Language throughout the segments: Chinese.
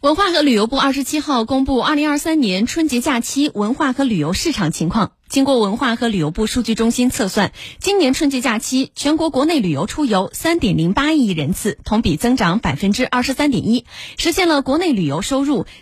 文化和旅游部27号公布2023年春节假期文化和旅游市场情况。经过文化和旅游部数据中心测算，今年春节假期全国国内旅游出游 3.08 亿人次，同比增长 23.1%， 实现了国内旅游收入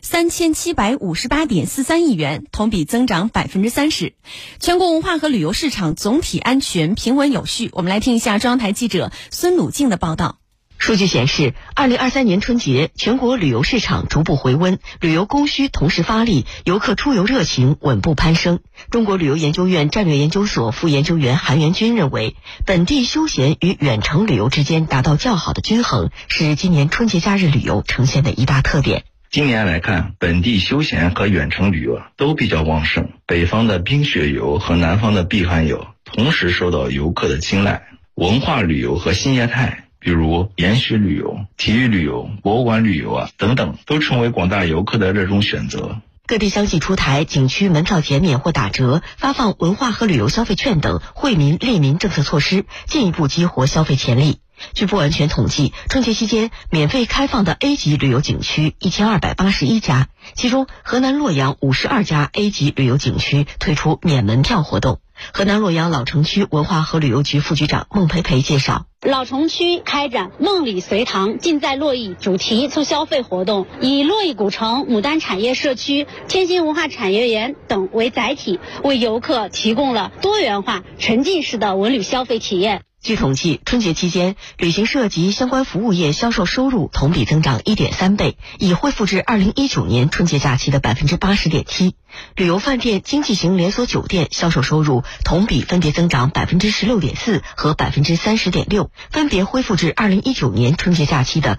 3758.43 亿元，同比增长 30%。 全国文化和旅游市场总体安全平稳有序。我们来听一下中央台记者孙鲁静的报道。 数据显示，2023年春节全国旅游市场逐步回温，旅游供需同时发力，游客出游热情稳步攀升。中国旅游研究院战略研究所副研究员韩元军认为，本地休闲与远程旅游之间达到较好的均衡，是今年春节假日旅游呈现的一大特点。 今年来看，本地休闲和远程旅游都比较旺盛，北方的冰雪游和南方的避寒游同时受到游客的青睐。文化旅游和新业态，比如研学旅游、体育旅游、博物馆旅游等等，都成为广大游客的热衷选择。 各地相继出台景区门票减免或打折、发放文化和旅游消费券等惠民利民政策措施，进一步激活消费潜力。据不完全统计，春节期间免费开放的 A 级旅游景区1281家，其中河南洛阳52家 A 级旅游景区推出免门票活动。河南洛阳老城区文化和旅游局副局长孟培培介绍， 老城区开展梦里随堂尽在洛邑主题促消费活动，以洛邑古城、牡丹产业社区、天心文化产业园等为载体，为游客提供了多元化沉浸式的文旅消费体验。 据统计，春节期间旅行社及相关服务业销售收入同比增长 1.3倍，已恢复至2019年春节假期的 80.7%。旅游饭店、经济型连锁酒店销售收入同比分别增长 16.4% 和 30.6%， 分别恢复至2019年春节假期的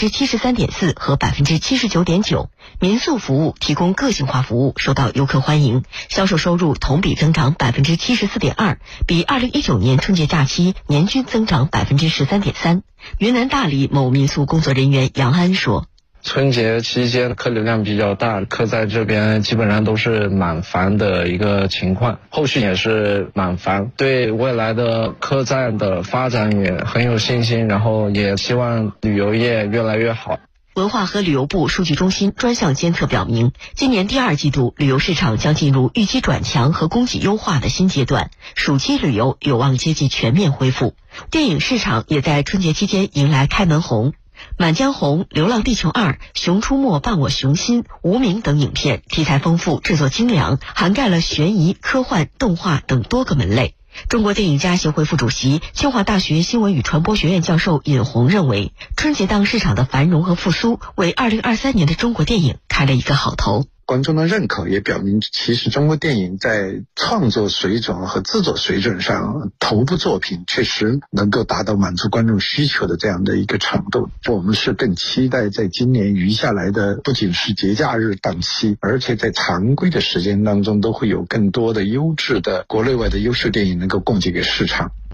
73.4% 和 79.9%。民宿服务提供个性化服务受到游客欢迎，销售收入同比增长 74.2%， 比2019年春节假期年均增长 13.3%。 云南大理某民宿工作人员杨安说， 春节期间客流量比较大，客在这边基本上都是满房的一个情况，后续也是满房，对未来的客栈的发展也很有信心，然后也希望旅游业越来越好。 文化和旅游部数据中心专项监测表明，今年第二季度旅游市场将进入预期转强和供给优化的新阶段，暑期旅游有望接近全面恢复。电影市场也在春节期间迎来开门红，《满江红》、《流浪地球2》、《熊出没伴我熊心》、《无名》等影片题材丰富，制作精良，涵盖了悬疑、科幻、动画等多个门类。中国电影家协会副主席、清华大学新闻与传播学院教授尹红认为，春节档市场的繁荣和复苏为2023年的中国电影开了一个好头。 观众的认可也表明，其实中国电影在创作水准和制作水准上，头部作品确实能够达到满足观众需求的这样的一个程度。我们是更期待在今年余下来的不仅是节假日档期，而且在常规的时间当中都会有更多的优质的国内外的优秀电影能够供给给市场。